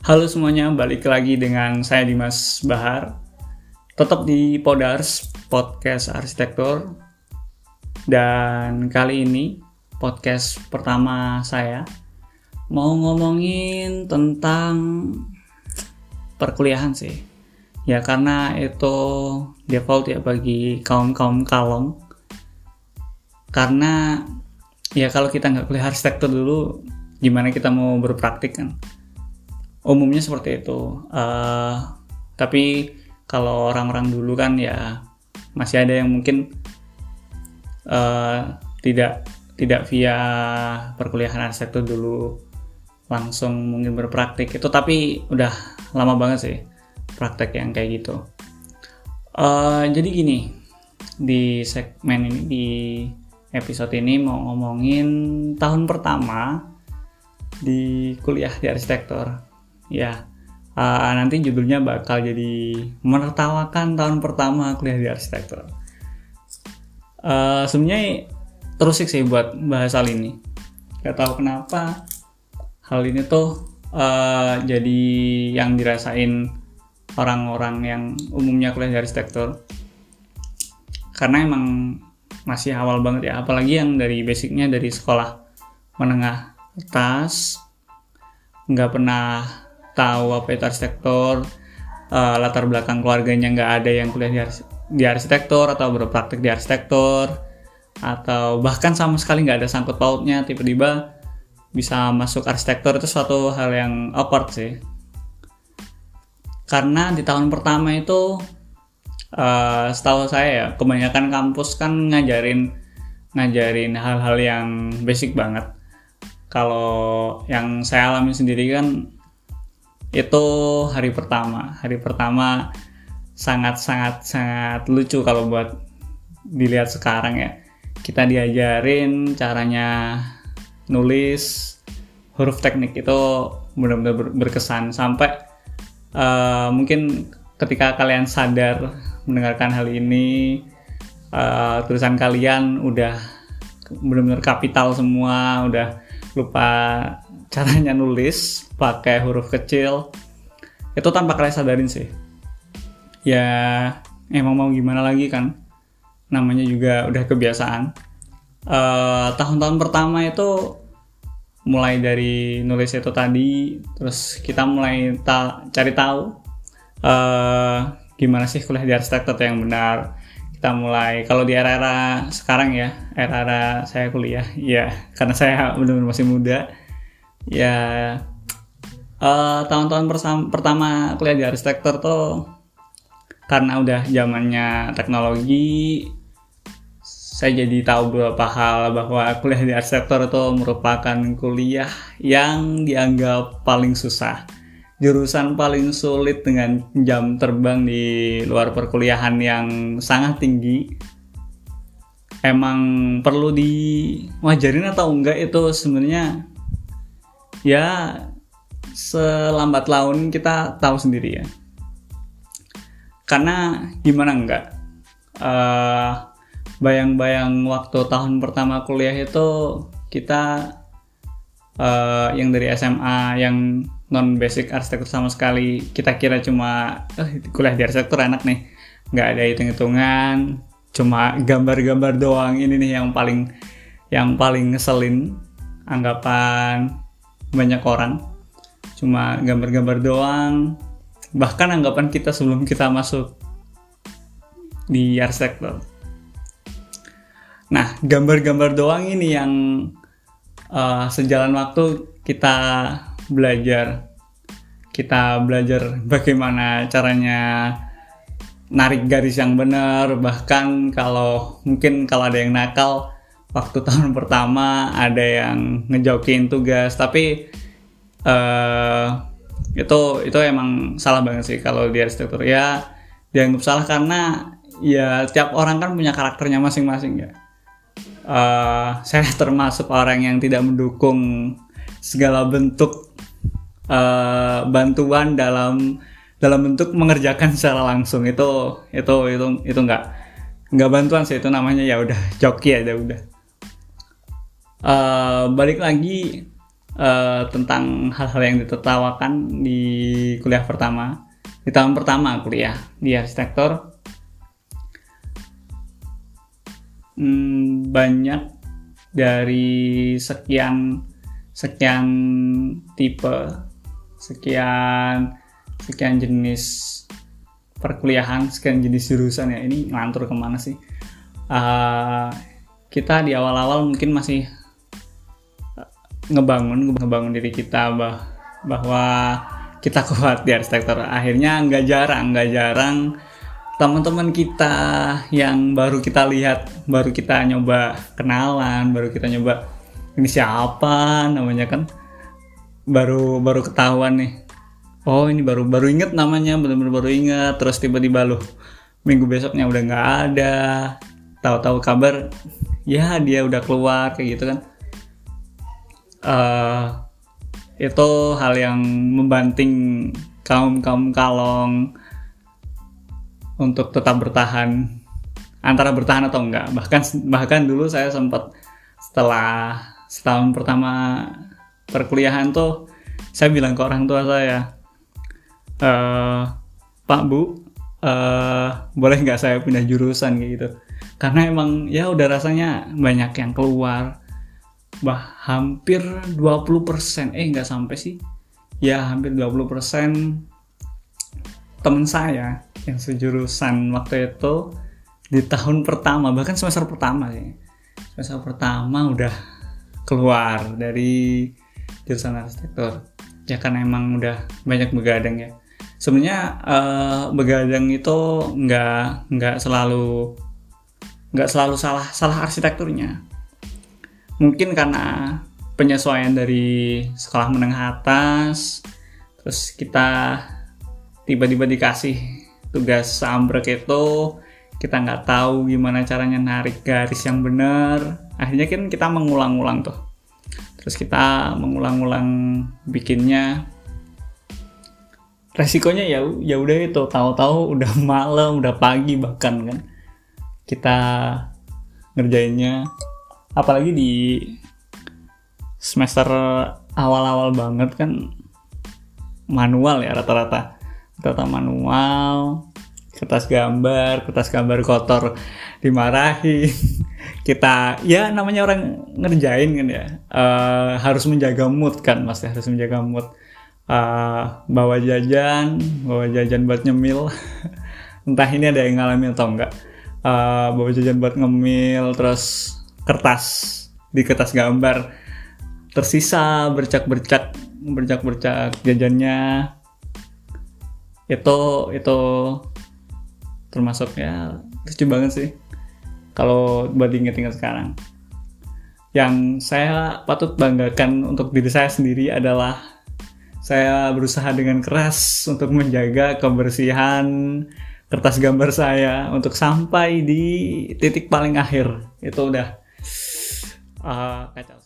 Halo semuanya, balik lagi dengan saya Dimas Bahar. Tetap di Podars, Podcast Arsitektur. Dan kali ini, podcast pertama saya mau ngomongin tentang perkuliahan sih. Ya karena itu default ya bagi kaum-kaum kalong. Karena ya kalau kita nggak kuliah arsitektur dulu, gimana kita mau berpraktik kan? Umumnya seperti itu. Tapi kalau orang-orang dulu kan ya masih ada yang mungkin tidak via perkuliahan arsitektur dulu langsung mungkin berpraktik itu, tapi udah lama banget sih praktek yang kayak gitu. Jadi gini, di segmen ini, di episode ini mau ngomongin tahun pertama di kuliah di arsitektur. Ya, nanti judulnya bakal jadi menertawakan tahun pertama kuliah di arsitektur. Sebenarnya terusik sih buat bahas hal ini. Gak tahu kenapa hal ini tuh jadi yang dirasain orang-orang yang umumnya kuliah di arsitektur. Karena emang masih awal banget ya, apalagi yang dari basicnya dari sekolah menengah atas, nggak pernah tahu apa itu arsitektur, latar belakang keluarganya nggak ada yang kuliah di arsitektur atau berpraktik di arsitektur, atau bahkan sama sekali nggak ada sangkut pautnya, tiba-tiba bisa masuk arsitektur, itu suatu hal yang awkward sih. Karena di tahun pertama itu setahu saya ya kebanyakan kampus kan ngajarin hal-hal yang basic banget. Kalau yang saya alami sendiri kan itu hari pertama sangat lucu kalau buat dilihat sekarang ya. Kita diajarin caranya nulis huruf teknik, itu benar-benar berkesan sampai mungkin ketika kalian sadar mendengarkan hal ini, tulisan kalian udah benar-benar kapital semua, udah lupa caranya nulis pakai huruf kecil, itu tanpa kalian sadarin sih. Ya emang mau gimana lagi kan, namanya juga udah kebiasaan. Tahun-tahun pertama itu mulai dari nulis itu tadi, terus kita mulai cari tahu gimana sih kuliah di arsitektur yang benar. Kita mulai, kalau di era-era sekarang ya, era-era saya kuliah ya, karena saya benar-benar masih muda ya, tahun-tahun pertama kuliah di arsitektur tuh karena udah zamannya teknologi, saya jadi tahu beberapa hal bahwa kuliah di arsitektur itu merupakan kuliah yang dianggap paling susah, jurusan paling sulit dengan jam terbang di luar perkuliahan yang sangat tinggi. Emang perlu diwajarin atau enggak itu sebenarnya ya selambat laun kita tahu sendiri ya. Karena gimana enggak, bayang-bayang waktu tahun pertama kuliah itu kita yang dari SMA yang non basic arsitektur sama sekali, kita kira cuma kuliah di arsitektur enak nih, nggak ada hitung-hitungan, cuma gambar-gambar doang. Ini nih yang paling ngeselin anggapan banyak orang, cuma gambar-gambar doang. Bahkan anggapan kita sebelum kita masuk di arsitektur. Nah, gambar-gambar doang ini yang sejalan waktu kita belajar bagaimana caranya narik garis yang benar. Bahkan kalau ada yang nakal waktu tahun pertama, ada yang ngejokin tugas, tapi itu emang salah banget sih kalau di arsitektur ya, dianggap salah karena ya tiap orang kan punya karakternya masing-masing ya. Saya termasuk orang yang tidak mendukung segala bentuk bantuan dalam bentuk mengerjakan secara langsung. Itu nggak bantuan sih, itu namanya ya udah joki aja udah. Balik lagi tentang hal-hal yang ditertawakan di kuliah pertama, di tahun pertama kuliah di arsitektur. Banyak dari sekian tipe, sekian jenis perkuliahan, sekian jenis jurusan ya. Ini ngelantur kemana sih? Kita di awal-awal mungkin masih ngebangun diri kita bahwa kita kuat di arsitektur. Akhirnya nggak jarang teman-teman kita yang baru kita lihat, baru kita nyoba kenalan, baru kita nyoba ini siapa namanya kan, baru ketahuan nih, oh ini baru inget namanya, benar-benar baru inget. Terus tiba-tiba loh minggu besoknya udah nggak ada, tahu-tahu kabar ya dia udah keluar kayak gitu kan. Itu hal yang membanting kaum kalong untuk tetap bertahan, antara bertahan atau enggak. Bahkan dulu saya sempat setelah setahun pertama perkuliahan tuh saya bilang ke orang tua saya, Pak Bu, boleh nggak saya pindah jurusan kayak gitu, karena emang ya udah rasanya banyak yang keluar. Hampir 20%, nggak sampai sih, ya hampir 20% temen saya yang sejurusan waktu itu di tahun pertama, bahkan semester pertama udah keluar dari jurusan arsitektur. Ya karena emang udah banyak begadang ya. Sebenarnya begadang itu nggak selalu salah arsitekturnya. Mungkin karena penyesuaian dari sekolah menengah atas, terus kita tiba-tiba dikasih tugas ambrek itu, kita nggak tahu gimana caranya narik garis yang benar. Akhirnya kan kita mengulang-ulang tuh, terus kita mengulang-ulang bikinnya. Resikonya ya udah itu, tahu-tahu udah malam, udah pagi bahkan kan kita ngerjainnya. Apalagi di semester awal-awal banget kan manual ya, rata-rata manual, kertas gambar kotor dimarahin. Kita ya namanya orang ngerjain kan ya, harus menjaga mood kan, pasti harus menjaga mood. Bawa jajan buat nyemil. Entah ini ada yang ngalamin atau enggak. Bawa jajan buat ngemil, terus di kertas gambar tersisa bercak jajannya. Itu termasuk ya lucu banget sih kalau buat inget-inget sekarang. Yang saya patut banggakan untuk diri saya sendiri adalah saya berusaha dengan keras untuk menjaga kebersihan kertas gambar saya untuk sampai di titik paling akhir. Itu udah kacau.